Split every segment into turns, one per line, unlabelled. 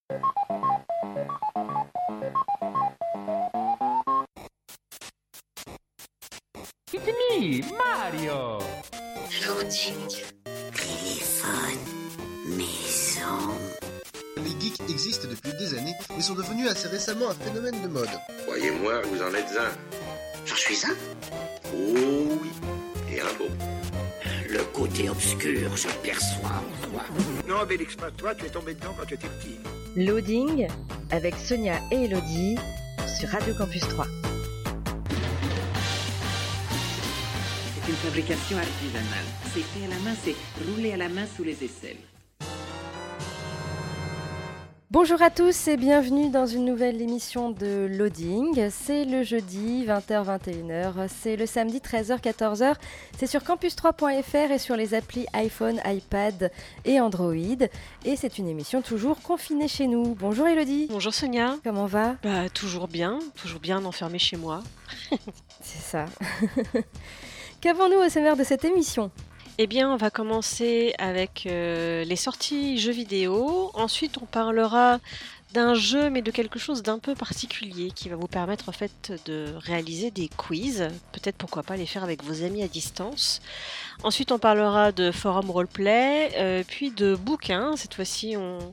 It's me, Mario.
Loading. Téléphone. Maison.
Les geeks existent depuis des années et sont devenus assez récemment un phénomène de mode.
Croyez-moi, vous en êtes un.
J'en suis un.
Oh oui, et un beau.
Le côté obscur, je le perçois en toi.
Non, Bélix, pas toi, tu es tombé dedans quand tu étais petit.
Loading avec Sonia et Elodie sur Radio Campus 3.
C'est une fabrication artisanale. C'est fait à la main, c'est roulé à la main sous les aisselles.
Bonjour à tous et bienvenue dans une nouvelle émission de Loading. C'est le jeudi 20h-21h, c'est le samedi 13h-14h. C'est sur campus3.fr et sur les applis iPhone, iPad et Android. Et c'est une émission toujours confinée chez nous. Bonjour Elodie.
Bonjour Sonia.
Comment va ?
Toujours bien enfermée chez moi.
C'est ça. Qu'avons-nous au sommaire de cette émission ?
Eh bien, on va commencer avec les sorties jeux vidéo. Ensuite, on parlera d'un jeu, mais de quelque chose d'un peu particulier qui va vous permettre en fait de réaliser des quiz. Peut-être pourquoi pas les faire avec vos amis à distance. Ensuite, on parlera de forum roleplay, puis de bouquins. Cette fois-ci,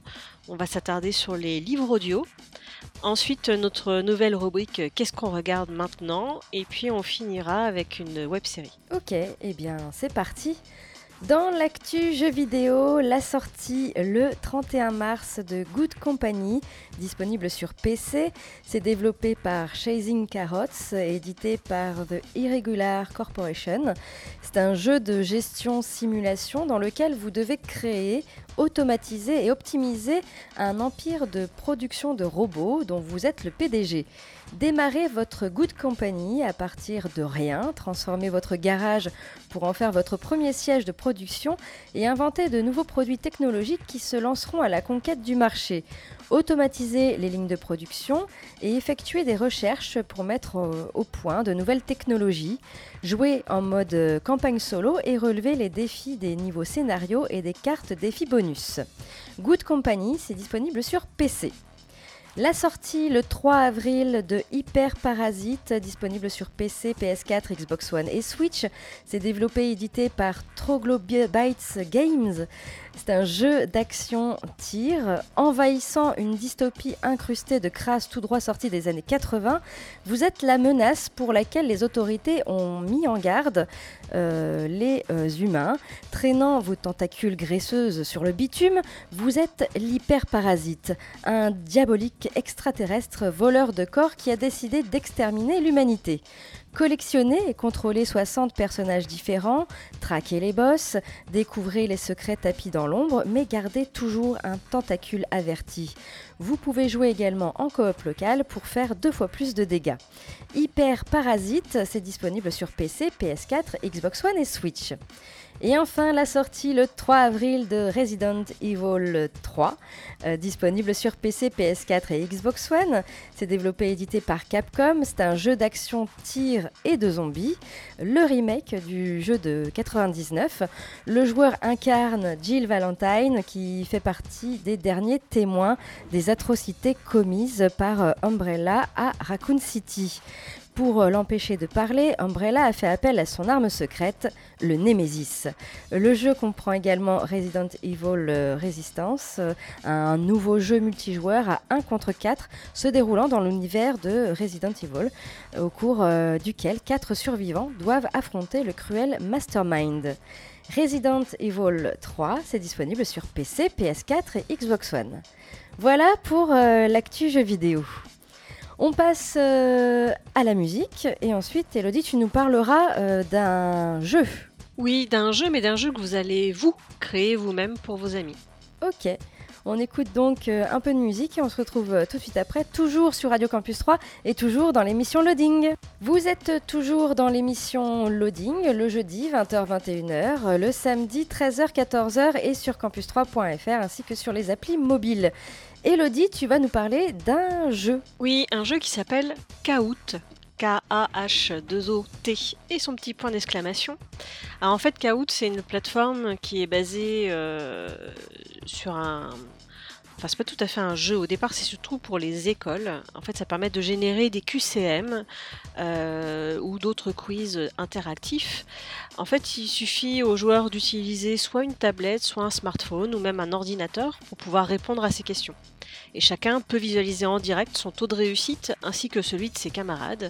on va s'attarder sur les livres audio. Ensuite, notre nouvelle rubrique « Qu'est-ce qu'on regarde maintenant ?» Et puis, on finira avec une web-série.
Ok, eh bien, c'est parti. Dans l'actu jeux vidéo, la sortie le 31 mars de Good Company, disponible sur PC. C'est développé par Chasing Carrots et édité par The Irregular Corporation. C'est un jeu de gestion-simulation dans lequel vous devez créer, automatiser et optimiser un empire de production de robots dont vous êtes le PDG. Démarrez votre Good Company à partir de rien, transformez votre garage pour en faire votre premier siège de production et inventez de nouveaux produits technologiques qui se lanceront à la conquête du marché. Automatisez les lignes de production et effectuez des recherches pour mettre au point de nouvelles technologies. Jouez en mode campagne solo et relevez les défis des niveaux scénario et des cartes défis bonus. Good Company, c'est disponible sur PC. La sortie le 3 avril de Hyper Parasite, disponible sur PC, PS4, Xbox One et Switch. C'est développé et édité par Troglodytes Games. C'est un jeu d'action-tir envahissant une dystopie incrustée de crasses tout droit sorties des années 80. Vous êtes la menace pour laquelle les autorités ont mis en garde les humains. Traînant vos tentacules graisseuses sur le bitume, vous êtes l'hyperparasite, un diabolique extraterrestre voleur de corps qui a décidé d'exterminer l'humanité. Collectionnez et contrôlez 60 personnages différents, traquez les boss, découvrez les secrets tapis dans l'ombre, mais gardez toujours un tentacule averti. Vous pouvez jouer également en coop local pour faire 2 fois plus de dégâts. Hyper Parasite, c'est disponible sur PC, PS4, Xbox One et Switch. Et enfin, la sortie le 3 avril de Resident Evil 3, disponible sur PC, PS4 et Xbox One. C'est développé et édité par Capcom. C'est un jeu d'action, tir et de zombies. Le remake du jeu de 99. Le joueur incarne Jill Valentine, qui fait partie des derniers témoins des atrocités commises par Umbrella à Raccoon City. Pour l'empêcher de parler, Umbrella a fait appel à son arme secrète, le Nemesis. Le jeu comprend également Resident Evil Resistance, un nouveau jeu multijoueur à 1 contre 4 se déroulant dans l'univers de Resident Evil, au cours duquel 4 survivants doivent affronter le cruel Mastermind. Resident Evil 3, c'est disponible sur PC, PS4 et Xbox One. Voilà pour l'actu jeux vidéo. On passe à la musique et ensuite, Elodie, tu nous parleras d'un jeu.
Oui, d'un jeu, mais d'un jeu que vous allez créer vous-même pour vos amis.
Ok, on écoute donc un peu de musique et on se retrouve tout de suite après, toujours sur Radio Campus 3 et toujours dans l'émission Loading. Vous êtes toujours dans l'émission Loading, le jeudi 20h-21h, le samedi 13h-14h et sur campus3.fr ainsi que sur les applis mobiles. Elodie, tu vas nous parler d'un jeu.
Oui, un jeu qui s'appelle Kahoot. K-A-H-2-O-T et son petit point d'exclamation. Alors en fait, Kahoot, c'est une plateforme qui est basée sur enfin c'est pas tout à fait un jeu au départ, c'est surtout pour les écoles. En fait, ça permet de générer des QCM ou d'autres quiz interactifs. En fait, il suffit aux joueurs d'utiliser soit une tablette, soit un smartphone ou même un ordinateur pour pouvoir répondre à ces questions. Et chacun peut visualiser en direct son taux de réussite ainsi que celui de ses camarades.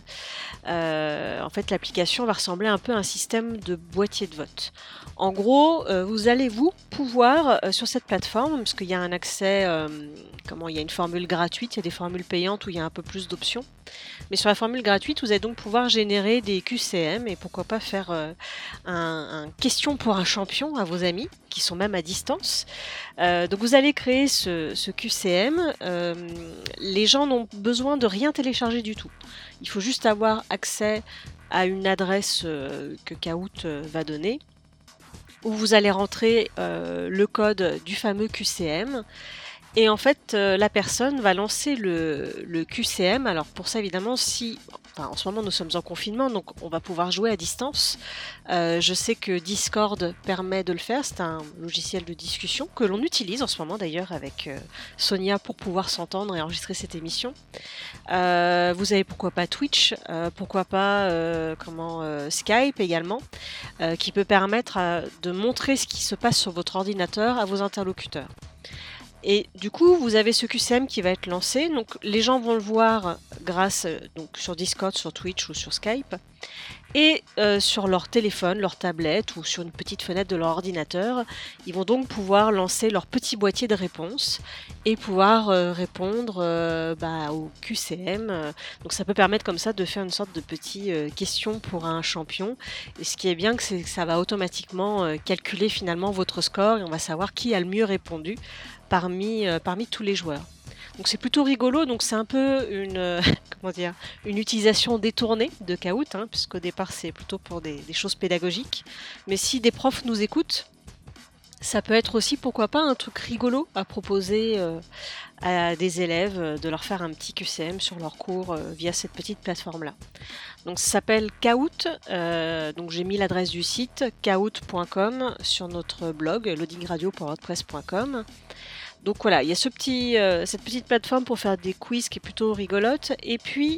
En fait, l'application va ressembler un peu à un système de boîtier de vote. En gros, vous allez pouvoir sur cette plateforme, parce qu'il y a un accès, il y a une formule gratuite, il y a des formules payantes où il y a un peu plus d'options. Mais sur la formule gratuite, vous allez donc pouvoir générer des QCM et pourquoi pas faire un question pour un champion à vos amis qui sont même à distance. Donc vous allez créer ce QCM. Les gens n'ont besoin de rien télécharger du tout. Il faut juste avoir accès à une adresse que Kahoot va donner, où vous allez rentrer le code du fameux QCM. Et en fait, la personne va lancer le QCM. Alors pour ça, évidemment, en ce moment, nous sommes en confinement, donc on va pouvoir jouer à distance. Je sais que Discord permet de le faire. C'est un logiciel de discussion que l'on utilise en ce moment d'ailleurs avec Sonia pour pouvoir s'entendre et enregistrer cette émission. Vous avez pourquoi pas Twitch, pourquoi pas Skype également, qui peut permettre de montrer ce qui se passe sur votre ordinateur à vos interlocuteurs. Et du coup, vous avez ce QCM qui va être lancé. Donc, les gens vont le voir grâce sur Discord, sur Twitch ou sur Skype. Et sur leur téléphone, leur tablette ou sur une petite fenêtre de leur ordinateur, ils vont donc pouvoir lancer leur petit boîtier de réponses et pouvoir répondre au QCM. Donc ça peut permettre comme ça de faire une sorte de petit question pour un champion. Et ce qui est bien, c'est que ça va automatiquement calculer finalement votre score et on va savoir qui a le mieux répondu parmi tous les joueurs. Donc c'est plutôt rigolo, donc c'est un peu une utilisation détournée de Kahoot, puisqu'au départ c'est plutôt pour des choses pédagogiques. Mais si des profs nous écoutent, ça peut être aussi, pourquoi pas, un truc rigolo à proposer à des élèves, de leur faire un petit QCM sur leur cours via cette petite plateforme-là. Donc ça s'appelle Kahoot, donc j'ai mis l'adresse du site kahoot.com sur notre blog loadingradio.wordpress.com. Donc voilà, il y a cette petite plateforme pour faire des quiz qui est plutôt rigolote. Et puis,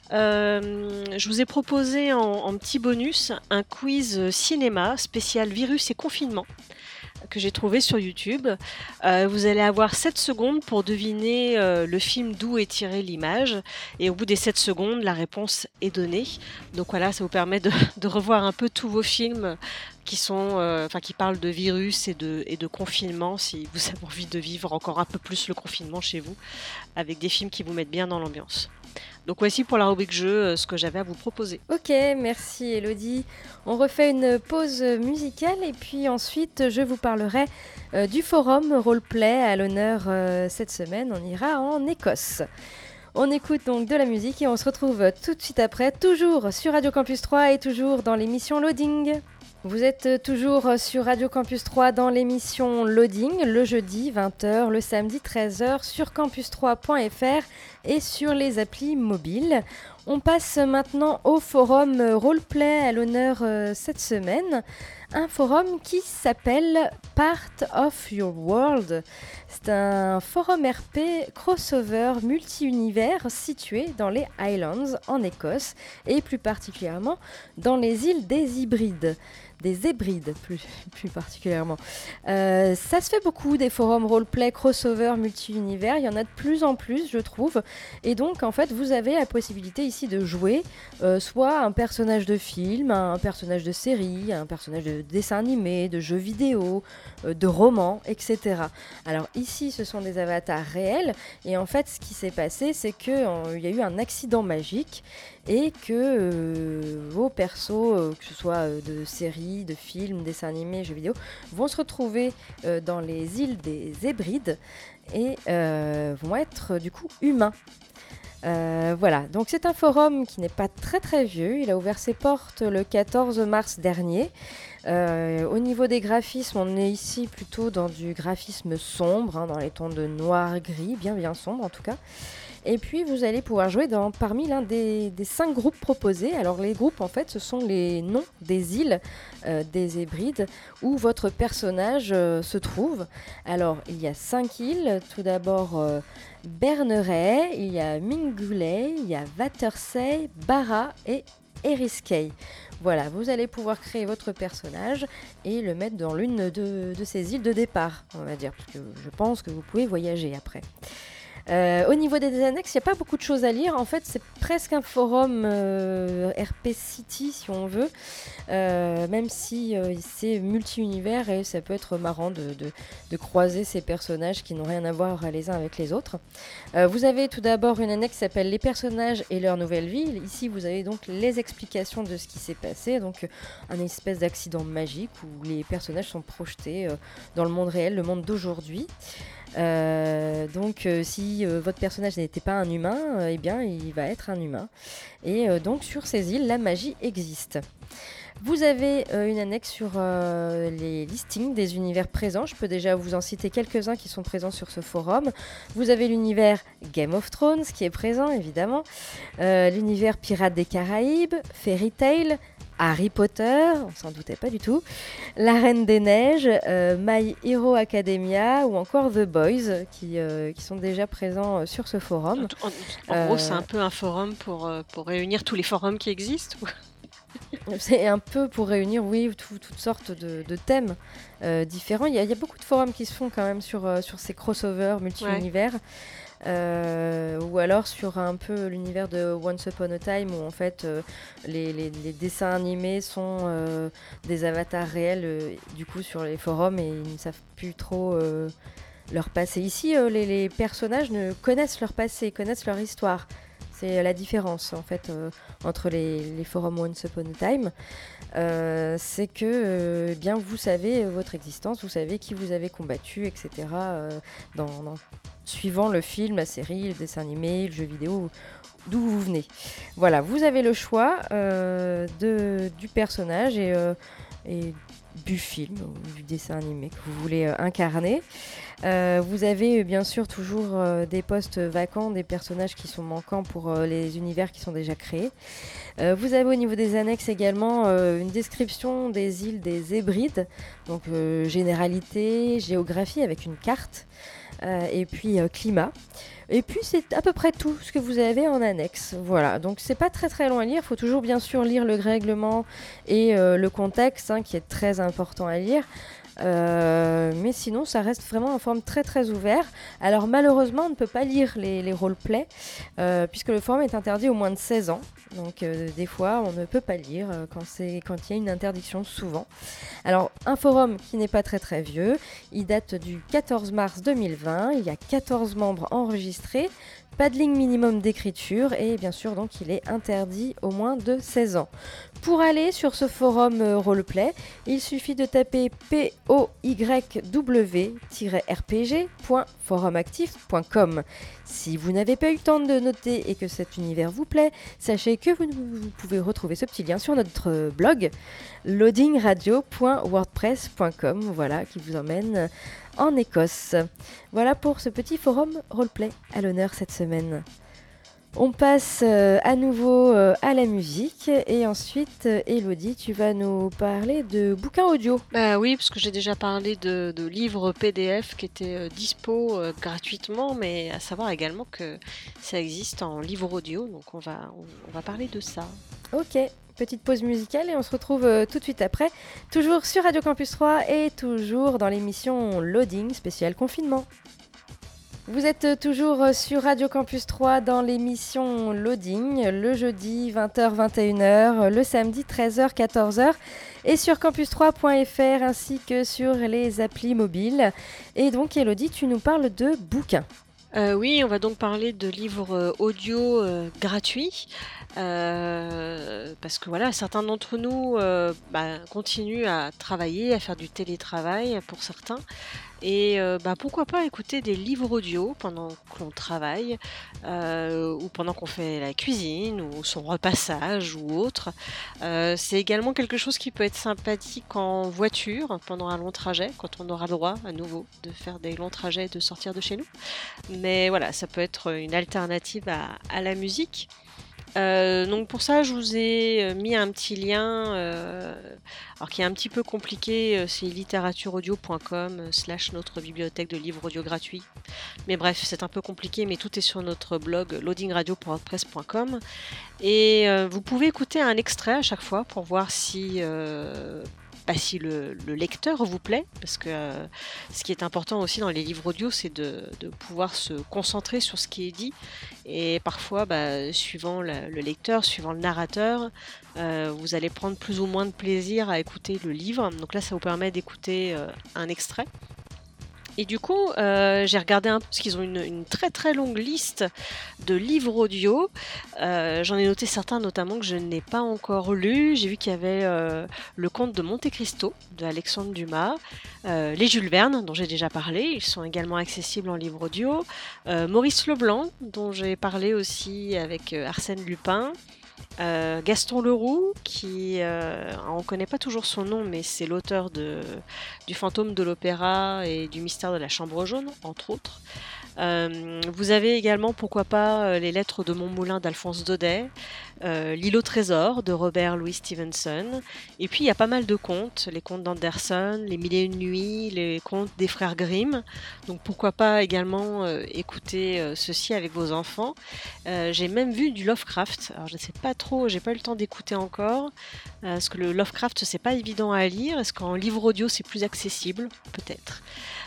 je vous ai proposé en petit bonus un quiz cinéma spécial virus et confinement que j'ai trouvé sur YouTube. Vous allez avoir 7 secondes pour deviner le film d'où est tirée l'image. Et au bout des 7 secondes, la réponse est donnée. Donc voilà, ça vous permet de revoir un peu tous vos films qui parlent de virus et de confinement, si vous avez envie de vivre encore un peu plus le confinement chez vous, avec des films qui vous mettent bien dans l'ambiance. Donc voici pour la rubrique jeu ce que j'avais à vous proposer.
Ok, merci Elodie. On refait une pause musicale et puis ensuite je vous parlerai du forum roleplay à l'honneur cette semaine. On ira en Écosse. On écoute donc de la musique et on se retrouve tout de suite après, toujours sur Radio Campus 3 et toujours dans l'émission Loading. Vous êtes toujours sur Radio Campus 3 dans l'émission Loading, le jeudi 20h, le samedi 13h sur campus3.fr et sur les applis mobiles. On passe maintenant au forum roleplay à l'honneur cette semaine. Un forum qui s'appelle Part of Your World. C'est un forum RP crossover multi-univers situé dans les Highlands en Écosse et plus particulièrement dans les îles des Hybrides. Des Hébrides plus particulièrement. Ça se fait beaucoup des forums roleplay crossover multi-univers, il y en a de plus en plus je trouve, et donc en fait vous avez la possibilité ici de jouer soit un personnage de film, un personnage de série, un personnage de dessin animé, de jeux vidéo, de romans, etc. Alors ici ce sont des avatars réels et en fait ce qui s'est passé c'est qu'il y a eu un accident magique et que vos persos, que ce soit de séries, de films, dessins animés, jeux vidéo, vont se retrouver dans les îles des Hébrides et vont être du coup humains. Voilà, donc c'est un forum qui n'est pas très très vieux, il a ouvert ses portes le 14 mars dernier. Au niveau des graphismes, on est ici plutôt dans du graphisme sombre, hein, dans les tons de noir-gris, bien sombre en tout cas. Et puis vous allez pouvoir jouer parmi l'un des 5 groupes proposés. Alors les groupes en fait ce sont les noms des îles des Hébrides où votre personnage se trouve. Alors il y a 5 îles, tout d'abord Berneray, il y a Mingulay, il y a Watersay, Barra et Eriskay. Voilà, vous allez pouvoir créer votre personnage et le mettre dans l'une de ces îles de départ, on va dire, parce que je pense que vous pouvez voyager après. Au niveau des annexes, il n'y a pas beaucoup de choses à lire. En fait, c'est presque un forum RP City, si on veut, même si c'est multi-univers et ça peut être marrant de croiser ces personnages qui n'ont rien à voir les uns avec les autres. Vous avez tout d'abord une annexe qui s'appelle Les personnages et leur nouvelle vie. Ici, vous avez donc les explications de ce qui s'est passé, donc un espèce d'accident magique où les personnages sont projetés dans le monde réel, le monde d'aujourd'hui. Donc si votre personnage n'était pas un humain, eh bien il va être un humain. Et donc sur ces îles, la magie existe. Vous avez une annexe sur les listings des univers présents. Je peux déjà vous en citer quelques-uns qui sont présents sur ce forum. Vous avez l'univers Game of Thrones qui est présent évidemment, l'univers Pirates des Caraïbes, Fairy Tail, Harry Potter, on s'en doutait pas du tout, La Reine des Neiges, My Hero Academia ou encore The Boys qui sont déjà présents sur ce forum.
En gros, c'est un peu un forum pour réunir tous les forums qui existent.
C'est un peu pour réunir, oui, toutes sortes de thèmes différents. Il y a beaucoup de forums qui se font quand même sur ces crossovers multi-univers. Ou alors sur un peu l'univers de Once Upon a Time où en fait les dessins animés sont des avatars réels du coup sur les forums et ils ne savent plus trop leur passé. Ici les personnages connaissent leur passé, connaissent leur histoire. C'est la différence en fait entre les forums Once Upon a Time. C'est que bien vous savez votre existence, vous savez qui vous avez combattu, etc. Suivant le film, la série, le dessin animé, le jeu vidéo, d'où vous venez. Voilà, vous avez le choix du personnage et du film ou du dessin animé que vous voulez incarner. Vous avez bien sûr toujours des postes vacants, des personnages qui sont manquants pour les univers qui sont déjà créés. Vous avez au niveau des annexes également une description des îles des Hébrides, donc généralité, géographie avec une carte. Et puis climat. Et puis c'est à peu près tout ce que vous avez en annexe. Voilà, donc c'est pas très très long à lire. Il faut toujours bien sûr lire le règlement et le contexte qui est très important à lire. Mais sinon ça reste vraiment en forme très très ouvert. Alors malheureusement on ne peut pas lire les roleplays puisque le forum est interdit aux moins de 16 ans. Donc des fois on ne peut pas lire quand il y a une interdiction souvent. Alors un forum qui n'est pas très très vieux, il date du 14 mars 2020, il y a 14 membres enregistrés, pas de ligne minimum d'écriture et bien sûr donc il est interdit aux moins de 16 ans. Pour aller sur ce forum roleplay, il suffit de taper poyw-rpg.forumactif.com. Si vous n'avez pas eu le temps de noter et que cet univers vous plaît, sachez que vous pouvez retrouver ce petit lien sur notre blog loadingradio.wordpress.com, voilà, qui vous emmène en Écosse. Voilà pour ce petit forum roleplay à l'honneur cette semaine. On passe à nouveau à la musique et ensuite, Elodie, tu vas nous parler de bouquins audio.
Bah oui, parce que j'ai déjà parlé de livres PDF qui étaient dispo gratuitement, mais à savoir également que ça existe en livre audio, donc on va parler de ça.
Ok, petite pause musicale et on se retrouve tout de suite après, toujours sur Radio Campus 3 et toujours dans l'émission Loading spécial confinement. Vous êtes toujours sur Radio Campus 3 dans l'émission Loading, le jeudi 20h-21h, le samedi 13h-14h et sur campus3.fr ainsi que sur les applis mobiles. Et donc Elodie, tu nous parles de bouquins.
Oui, on va donc parler de livres audio gratuits. Parce que voilà, certains d'entre nous continuent à travailler, à faire du télétravail pour certains. Et pourquoi pas écouter des livres audio pendant qu'on travaille ou pendant qu'on fait la cuisine ou son repassage ou autre. C'est également quelque chose qui peut être sympathique en voiture pendant un long trajet, quand on aura le droit à nouveau de faire des longs trajets et de sortir de chez nous. Mais voilà, ça peut être une alternative à la musique. Donc pour ça, je vous ai mis un petit lien, alors qui est un petit peu compliqué, c'est littératuraudio.com/notre bibliothèque de livres audio gratuits. Mais bref, c'est un peu compliqué, mais tout est sur notre blog loadingradio.wordpress.com. Et vous pouvez écouter un extrait à chaque fois pour voir si le lecteur vous plaît, parce que ce qui est important aussi dans les livres audio, c'est de pouvoir se concentrer sur ce qui est dit, et parfois, suivant le lecteur, suivant le narrateur, vous allez prendre plus ou moins de plaisir à écouter le livre. Donc là, ça vous permet d'écouter un extrait. Et du coup, j'ai regardé un peu, parce qu'ils ont une très très longue liste de livres audio. J'en ai noté certains notamment que je n'ai pas encore lus. J'ai vu qu'il y avait Le Comte de Monte Cristo de Alexandre Dumas, les Jules Verne dont j'ai déjà parlé, ils sont également accessibles en livre audio, Maurice Leblanc dont j'ai parlé aussi avec Arsène Lupin, Gaston Leroux, qui on ne connaît pas toujours son nom, mais c'est l'auteur du Fantôme de l'Opéra et du Mystère de la Chambre jaune, entre autres. Vous avez également, pourquoi pas, Les Lettres de Montmoulin d'Alphonse Daudet, L'île au trésor de Robert Louis Stevenson, et puis il y a pas mal de contes, les contes d'Anderson, Les Mille et une nuits, les contes des frères Grimm, donc pourquoi pas également écouter ceci avec vos enfants. J'ai même vu du Lovecraft, alors je ne sais pas trop, j'ai pas eu le temps d'écouter encore, parce que le Lovecraft c'est pas évident à lire, est-ce qu'en livre audio c'est plus accessible? Peut-être.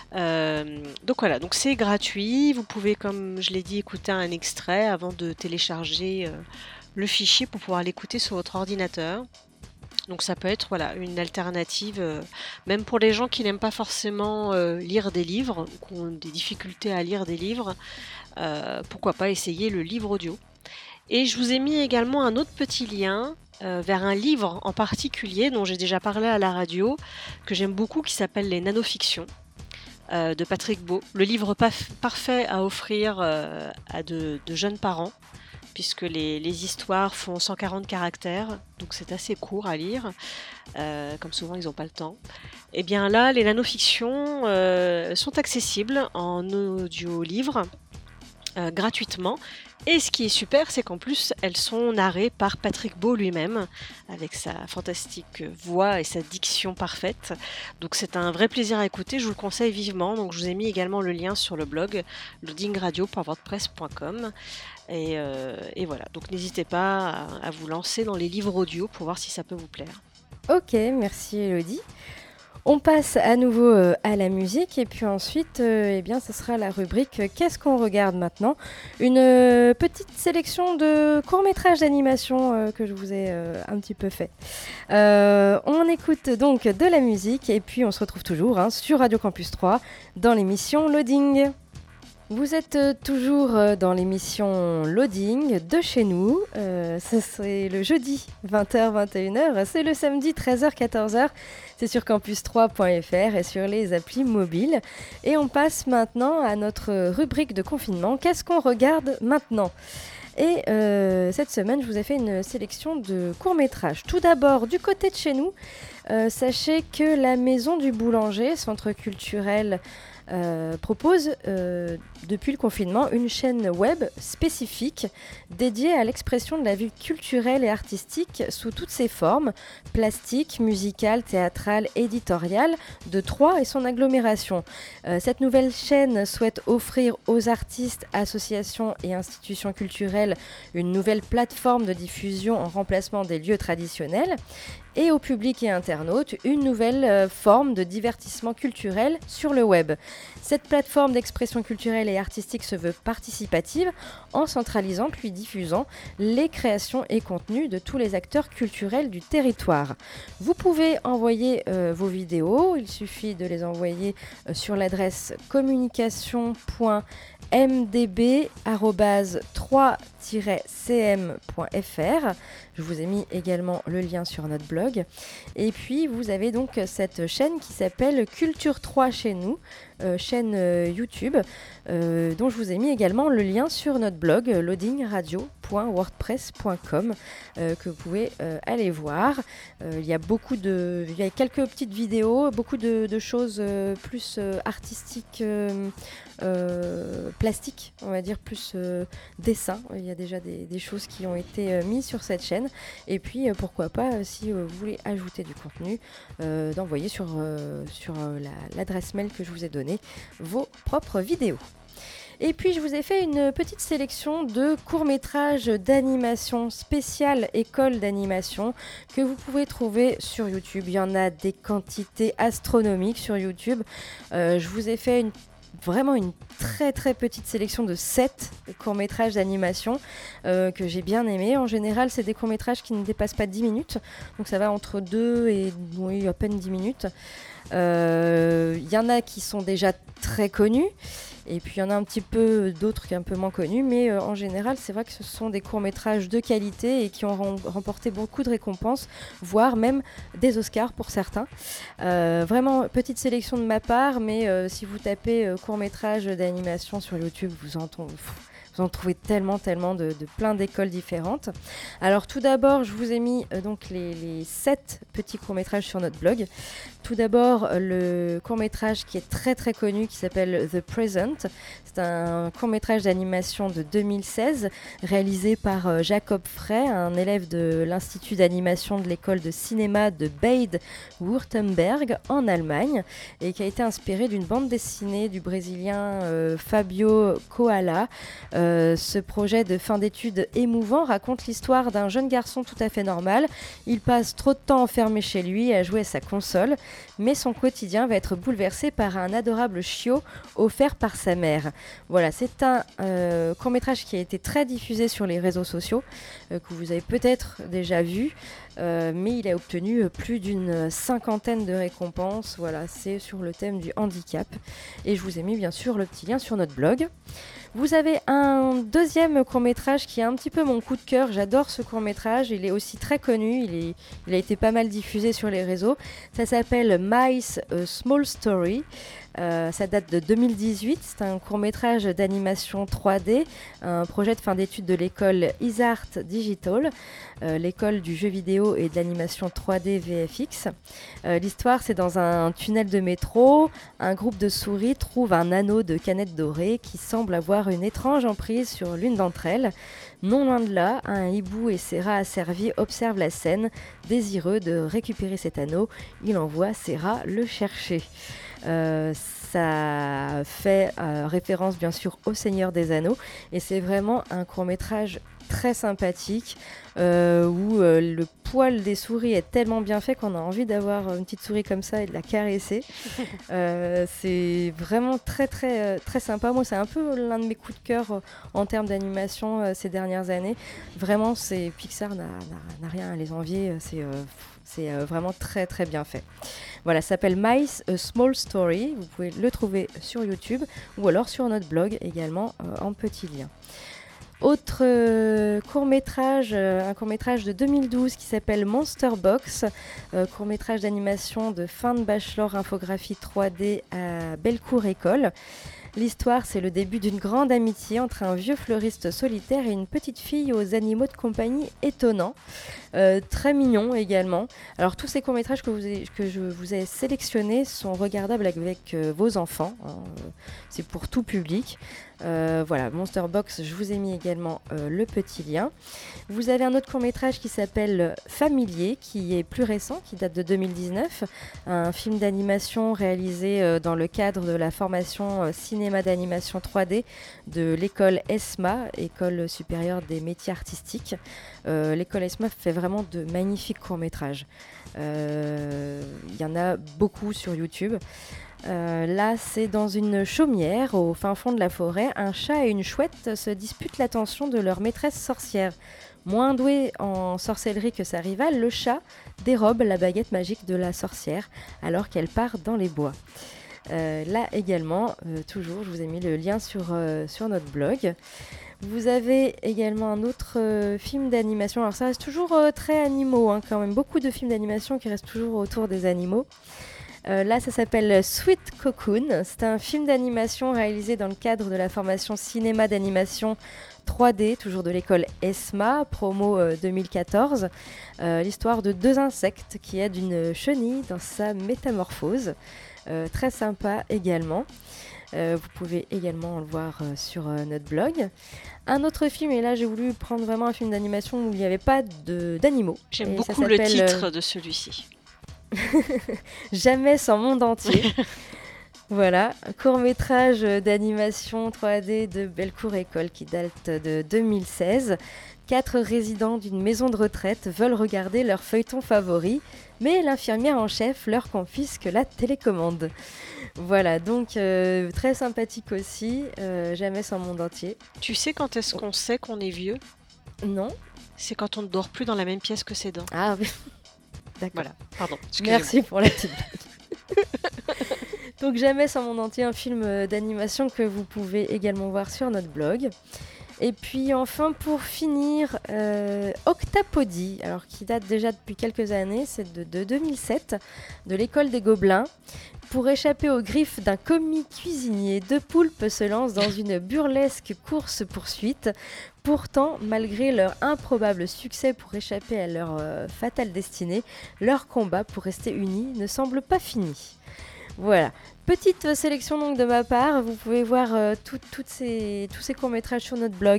Donc voilà, donc c'est gratuit, vous pouvez, comme je l'ai dit, écouter un extrait avant de télécharger le fichier pour pouvoir l'écouter sur votre ordinateur. Donc ça peut être une alternative, même pour les gens qui n'aiment pas forcément lire des livres, ou qui ont des difficultés à lire des livres, pourquoi pas essayer le livre audio. Et je vous ai mis également un autre petit lien vers un livre en particulier dont j'ai déjà parlé à la radio, que j'aime beaucoup, qui s'appelle Les Nanofictions, de Patrick Beau. Le livre parfait à offrir à de jeunes parents, puisque les histoires font 140 caractères, donc c'est assez court à lire, comme souvent ils n'ont pas le temps. Et bien là, les nanofictions sont accessibles en audio-livre, gratuitement. Et ce qui est super, c'est qu'en plus, elles sont narrées par Patrick Beau lui-même, avec sa fantastique voix et sa diction parfaite. Donc c'est un vrai plaisir à écouter, je vous le conseille vivement. Donc je vous ai mis également le lien sur le blog loadingradio.wordpress.com. Et voilà, donc n'hésitez pas à vous lancer dans les livres audio pour voir si ça peut vous plaire.
Ok, merci Elodie. On passe à nouveau à la musique, et puis ensuite, ce sera la rubrique « Qu'est-ce qu'on regarde maintenant ?» Une petite sélection de courts-métrages d'animation que je vous ai un petit peu fait. On écoute donc de la musique, et puis on se retrouve toujours sur Radio Campus 3 dans l'émission Loading. Vous êtes toujours dans l'émission Loading de chez nous. Ce serait le jeudi 20h-21h. C'est le samedi 13h-14h. C'est sur campus3.fr et sur les applis mobiles. Et on passe maintenant à notre rubrique de confinement. Qu'est-ce qu'on regarde maintenant ? Et cette semaine, je vous ai fait une sélection de courts-métrages. Tout d'abord, du côté de chez nous, sachez que la Maison du Boulanger, centre culturel, propose depuis le confinement une chaîne web spécifique dédiée à l'expression de la vie culturelle et artistique sous toutes ses formes, plastique, musicale, théâtrale, éditoriale, de Troyes et son agglomération. Cette nouvelle chaîne souhaite offrir aux artistes, associations et institutions culturelles une nouvelle plateforme de diffusion en remplacement des lieux traditionnels, et au public et internautes une nouvelle forme de divertissement culturel sur le web. Cette plateforme d'expression culturelle et artistique se veut participative en centralisant puis diffusant les créations et contenus de tous les acteurs culturels du territoire. Vous pouvez envoyer vos vidéos, il suffit de les envoyer sur l'adresse communication.mdb@3-cm.fr. Je vous ai mis également le lien sur notre blog. Et puis vous avez donc cette chaîne qui s'appelle Culture 3 chez nous, chaîne YouTube, dont je vous ai mis également le lien sur notre blog loadingradio.wordpress.com que vous pouvez aller voir. Il y a quelques petites vidéos, beaucoup de choses plus artistiques, plastiques, on va dire plus dessin. Il y a déjà des choses qui ont été mises sur cette chaîne. Et puis pourquoi pas, si vous voulez ajouter du contenu, d'envoyer sur l'adresse mail que je vous ai donnée vos propres vidéos. Et puis je vous ai fait une petite sélection de courts-métrages d'animation spéciale école d'animation que vous pouvez trouver sur YouTube. Il y en a des quantités astronomiques sur YouTube. Je vous ai fait vraiment une très très petite sélection de 7 courts-métrages d'animation que j'ai bien aimés. En général, c'est des courts-métrages qui ne dépassent pas 10 minutes. Donc ça va entre 2 et à peine 10 minutes. Il y en a qui sont déjà très connus. Et puis il y en a un petit peu d'autres qui sont un peu moins connus, mais en général c'est vrai que ce sont des courts-métrages de qualité et qui ont remporté beaucoup de récompenses, voire même des Oscars pour certains. Vraiment petite sélection de ma part, mais si vous tapez courts-métrages d'animation sur YouTube, vous en trouvez tellement de plein d'écoles différentes. Alors tout d'abord, je vous ai mis donc les 7 petits courts-métrages sur notre blog. Tout d'abord, le court-métrage qui est très très connu, qui s'appelle The Present. C'est un court-métrage d'animation de 2016, réalisé par Jacob Frey, un élève de l'Institut d'animation de l'école de cinéma de Bad Württemberg en Allemagne, et qui a été inspiré d'une bande dessinée du Brésilien Fabio Koala. Ce projet de fin d'études émouvant raconte l'histoire d'un jeune garçon tout à fait normal. Il passe trop de temps enfermé chez lui à jouer à sa console, mais son quotidien va être bouleversé par un adorable chiot offert par sa mère. Voilà, c'est un court-métrage qui a été très diffusé sur les réseaux sociaux, que vous avez peut-être déjà vu, mais il a obtenu plus d'une 50aine de récompenses. Voilà, c'est sur le thème du handicap. Et je vous ai mis bien sûr le petit lien sur notre blog. Vous avez un deuxième court-métrage qui est un petit peu mon coup de cœur. J'adore ce court-métrage. Il est aussi très connu. Il a été pas mal diffusé sur les réseaux. Ça s'appelle Mice, A Small Story. Ça date de 2018. C'est un court-métrage d'animation 3D, un projet de fin d'études de l'école Isart Digital, l'école du jeu vidéo et de l'animation 3D VFX. L'histoire, c'est dans un tunnel de métro. Un groupe de souris trouve un anneau de canette dorée qui semble avoir une étrange emprise sur l'une d'entre elles. Non loin de là, un hibou et ses rats asservis observent la scène. Désireux de récupérer cet anneau, il envoie ses rats le chercher. Ça fait référence bien sûr au Seigneur des Anneaux, et c'est vraiment un court-métrage très sympathique où le poil des souris est tellement bien fait qu'on a envie d'avoir une petite souris comme ça et de la caresser. C'est vraiment très très très sympa. Moi, c'est un peu l'un de mes coups de cœur en termes d'animation ces dernières années. Vraiment, Pixar n'a rien à les envier. C'est vraiment très très bien fait. Voilà, ça s'appelle Mice, A Small Story. Vous pouvez le trouver sur YouTube ou alors sur notre blog également en petit lien. Autre court-métrage, un court-métrage de 2012 qui s'appelle Monster Box, court-métrage d'animation de fin de bachelor infographie 3D à Bellecour École. L'histoire, c'est le début d'une grande amitié entre un vieux fleuriste solitaire et une petite fille aux animaux de compagnie étonnants. Très mignon également. Alors tous ces courts-métrages que je vous ai sélectionnés sont regardables avec vos enfants. C'est pour tout public. Voilà, Monster Box, je vous ai mis également le petit lien. Vous avez un autre court-métrage qui s'appelle Familier, qui est plus récent, qui date de 2019. Un film d'animation réalisé dans le cadre de la formation cinéma d'animation 3D de l'école ESMA, École supérieure des métiers artistiques. L'école ESMA fait vraiment de magnifiques courts-métrages. Il y en a beaucoup sur YouTube. Là, c'est dans une chaumière au fin fond de la forêt. Un chat et une chouette se disputent l'attention de leur maîtresse sorcière. Moins doué en sorcellerie que sa rivale, le chat dérobe la baguette magique de la sorcière alors qu'elle part dans les bois. Là également, toujours, je vous ai mis le lien sur notre blog. Vous avez également un autre film d'animation. Alors ça reste toujours très animaux, hein, quand même. Beaucoup de films d'animation qui restent toujours autour des animaux. Là, ça s'appelle Sweet Cocoon. C'est un film d'animation réalisé dans le cadre de la formation cinéma d'animation 3D, toujours de l'école ESMA, promo 2014. L'histoire de 2 insectes qui aident une chenille dans sa métamorphose. Très sympa également. Vous pouvez également le voir sur notre blog. Un autre film, et là j'ai voulu prendre vraiment un film d'animation où il n'y avait pas d'animaux.
J'aime
Et
beaucoup
ça
le
s'appelle,
titre de celui-ci.
Jamais sans monde entier. Voilà, court-métrage d'animation 3D de Bellecour École qui date de 2016. 4 résidents d'une maison de retraite veulent regarder leur feuilleton favori, mais l'infirmière en chef leur confisque la télécommande. Voilà, donc très sympathique aussi, jamais sans monde entier.
Tu sais quand est-ce qu'on sait qu'on est vieux?
Non?
C'est quand on ne dort plus dans la même pièce que ses dents.
Ah oui, d'accord.
Voilà, pardon. excusez-moi.
Merci pour la petite blague. Donc jamais sans monde entier, un film d'animation que vous pouvez également voir sur notre blog. Et puis enfin pour finir, Octapodie, alors qui date déjà depuis quelques années, c'est de 2007, de l'école des Gobelins. Pour échapper aux griffes d'un commis cuisinier, 2 poulpes se lancent dans une burlesque course-poursuite. Pourtant, malgré leur improbable succès pour échapper à leur fatale destinée, leur combat pour rester unis ne semble pas fini. Voilà, petite sélection donc de ma part. Vous pouvez voir tous ces courts-métrages sur notre blog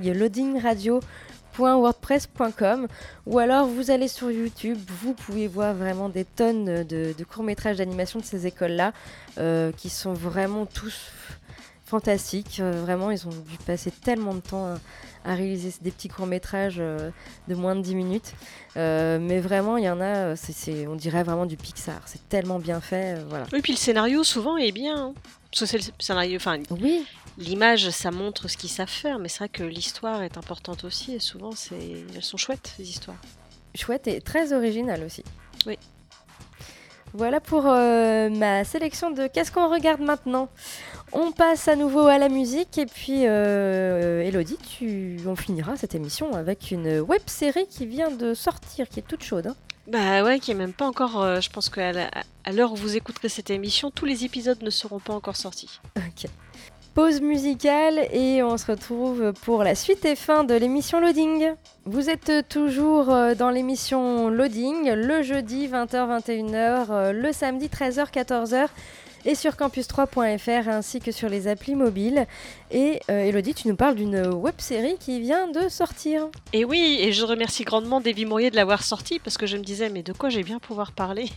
loadingradio.wordpress.com ou alors vous allez sur YouTube, vous pouvez voir vraiment des tonnes de courts-métrages d'animation de ces écoles-là qui sont vraiment tous fantastiques. Vraiment, ils ont dû passer tellement de temps à réaliser des petits courts-métrages de moins de 10 minutes. Mais vraiment, il y en a, on dirait vraiment du Pixar. C'est tellement bien fait. Voilà.
Oui, puis le scénario souvent est bien. Hein. Parce que c'est le scénario, enfin,
Oui,
l'image, ça montre ce qu'ils savent faire, mais c'est vrai que l'histoire est importante aussi, et souvent, elles sont chouettes, les histoires.
chouette et très original aussi.
Oui.
Voilà pour ma sélection de qu'est-ce qu'on regarde maintenant. On passe à nouveau à la musique et puis Elodie, on finira cette émission avec une web-série qui vient de sortir, qui est toute chaude. Hein.
Bah ouais, qui est même pas encore... je pense qu'à l'heure où vous écouterez cette émission, tous les épisodes ne seront pas encore sortis.
Ok. Pause musicale et on se retrouve pour la suite et fin de l'émission Loading. Vous êtes toujours dans l'émission Loading, le jeudi 20h-21h, le samedi 13h-14h et sur campus3.fr ainsi que sur les applis mobiles. Et Elodie, tu nous parles d'une web-série qui vient de sortir.
Et oui, et je remercie grandement Davy Mourier de l'avoir sortie parce que je me disais, mais de quoi j'ai bien pouvoir parler?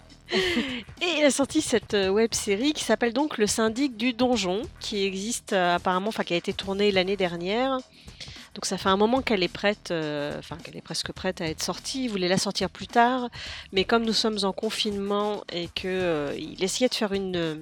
Et il a sorti cette web-série qui s'appelle donc Le Syndic du Donjon, qui existe apparemment, enfin qui a été tournée l'année dernière. Donc ça fait un moment qu'elle est prête, qu'elle est presque prête à être sortie. Il voulait la sortir plus tard, mais comme nous sommes en confinement et qu'il essayait de faire une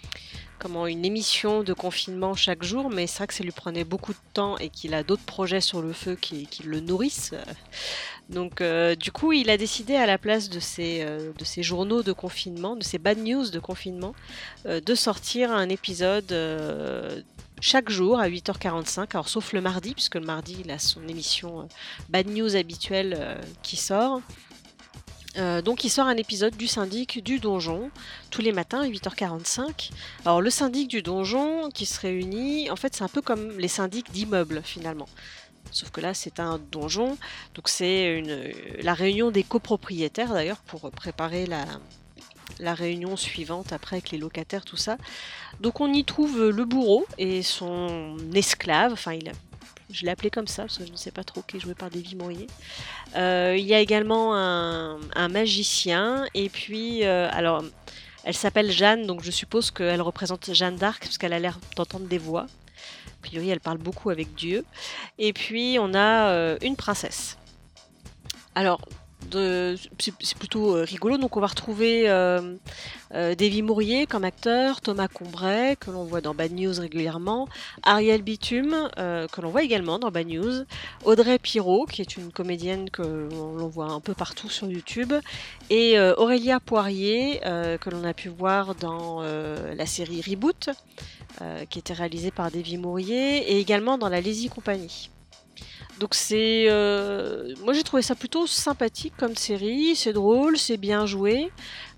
émission de confinement chaque jour, mais c'est vrai que ça lui prenait beaucoup de temps et qu'il a d'autres projets sur le feu qui le nourrissent. Donc du coup, il a décidé à la place de ces journaux de confinement, de ces bad news de confinement, de sortir un épisode chaque jour à 8h45, alors sauf le mardi, puisque le mardi, il a son émission bad news habituelle qui sort. Donc il sort un épisode du Syndic du Donjon tous les matins à 8h45. Alors le Syndic du Donjon qui se réunit, en fait c'est un peu comme les syndics d'immeubles finalement. Sauf que là c'est un donjon, donc c'est la réunion des copropriétaires d'ailleurs pour préparer la réunion suivante après avec les locataires, tout ça. Donc on y trouve le bourreau et son esclave, je l'ai appelé comme ça parce que je ne sais pas trop, qui est joué par Davy Mourier. Il y a également un magicien et puis alors elle s'appelle Jeanne, donc je suppose qu'elle représente Jeanne d'Arc parce qu'elle a l'air d'entendre des voix. A priori elle parle beaucoup avec Dieu. Et puis on a une princesse. Alors c'est plutôt rigolo, donc on va retrouver Davy Mourier comme acteur, Thomas Combray que l'on voit dans Bad News régulièrement, Ariel Bitume que l'on voit également dans Bad News, Audrey Pirot qui est une comédienne que l'on voit un peu partout sur YouTube, et Aurélia Poirier que l'on a pu voir dans la série Reboot qui était réalisée par Davy Mourier et également dans la Lazy Company. Donc moi j'ai trouvé ça plutôt sympathique comme série, c'est drôle, c'est bien joué.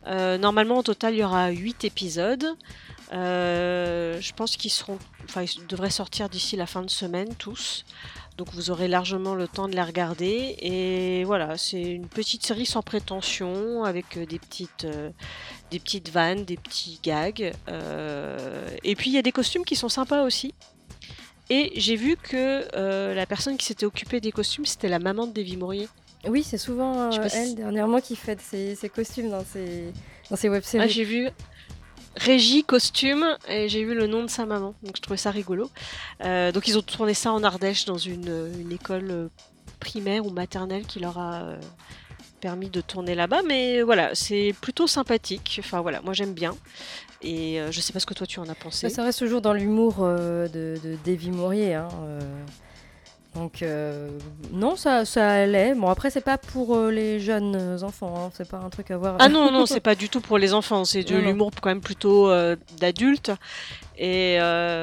Normalement, au total, il y aura 8 épisodes. Je pense qu'ils devraient sortir d'ici la fin de semaine, tous. Donc vous aurez largement le temps de les regarder. Et voilà, c'est une petite série sans prétention, avec des petites vannes, des petits gags. Et puis il y a des costumes qui sont sympas aussi. Et j'ai vu que la personne qui s'était occupée des costumes, c'était la maman de Davy Mourier.
Oui, c'est souvent elle, dernièrement, qui fait ses costumes dans ses web-séries.
Ah, j'ai vu Régie Costume et j'ai vu le nom de sa maman. Donc je trouvais ça rigolo. Donc ils ont tourné ça en Ardèche dans une école primaire ou maternelle qui leur a permis de tourner là-bas. Mais voilà, c'est plutôt sympathique. Enfin voilà, moi j'aime bien. Et je sais pas ce que toi tu en as pensé.
Ça reste toujours dans l'humour de Davy Mourier. Hein, Donc non, ça allait. Bon, après, c'est pas pour les jeunes enfants. Hein. C'est pas un truc à voir.
Ah non, c'est pas du tout pour les enfants. C'est de l'humour quand même plutôt d'adultes. Et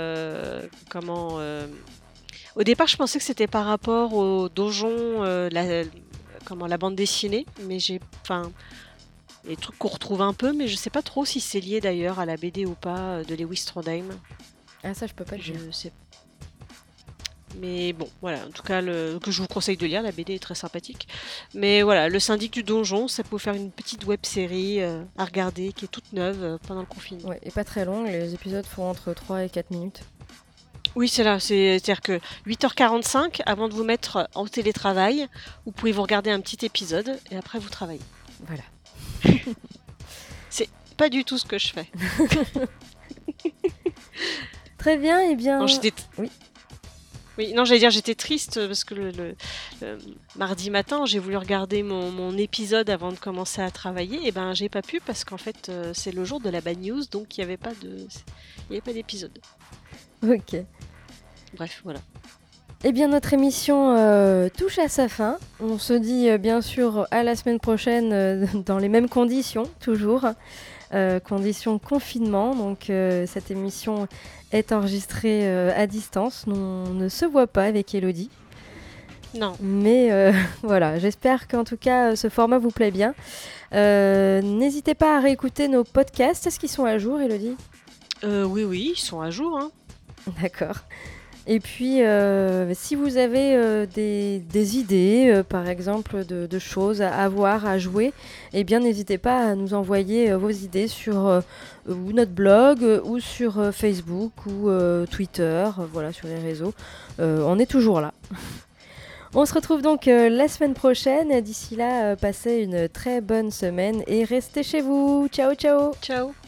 au départ, je pensais que c'était par rapport au donjon, la bande dessinée. Mais les trucs qu'on retrouve un peu, mais je sais pas trop si c'est lié d'ailleurs à la BD ou pas de Lewis Trondheim.
Ah, ça, je peux pas le dire.
Je sais. Mais bon, voilà, en tout cas, que je vous conseille de lire, la BD est très sympathique. Mais voilà, Le Syndic du Donjon, ça peut faire une petite web-série à regarder, qui est toute neuve pendant le confinement.
Ouais, et pas très longue, les épisodes font entre 3 et 4 minutes.
Oui, c'est-à-dire que 8h45, avant de vous mettre en télétravail, vous pouvez vous regarder un petit épisode, et après vous travaillez.
Voilà.
C'est pas du tout ce que je fais.
Très bien, et bien...
Non,
oui.
Oui, non, j'allais dire j'étais triste parce que le mardi matin, j'ai voulu regarder mon épisode avant de commencer à travailler. Et ben, j'ai pas pu parce qu'en fait, c'est le jour de la bad news, donc il n'y avait pas d'épisode.
Ok.
Bref, voilà.
Eh bien, notre émission touche à sa fin. On se dit bien sûr à la semaine prochaine dans les mêmes conditions, toujours. Conditions confinement. Donc, cette émission est enregistrée à distance. On ne se voit pas avec Elodie.
Non.
Mais voilà, j'espère qu'en tout cas, ce format vous plaît bien. N'hésitez pas à réécouter nos podcasts. Est-ce qu'ils sont à jour, Elodie ?
Oui, ils sont à jour. Hein.
D'accord. Et puis, si vous avez des idées, par exemple, de choses à voir, à jouer, eh bien, n'hésitez pas à nous envoyer vos idées sur ou notre blog, ou sur Facebook, ou Twitter, voilà, sur les réseaux. On est toujours là. On se retrouve donc la semaine prochaine. D'ici là, passez une très bonne semaine et restez chez vous. Ciao, ciao.
Ciao.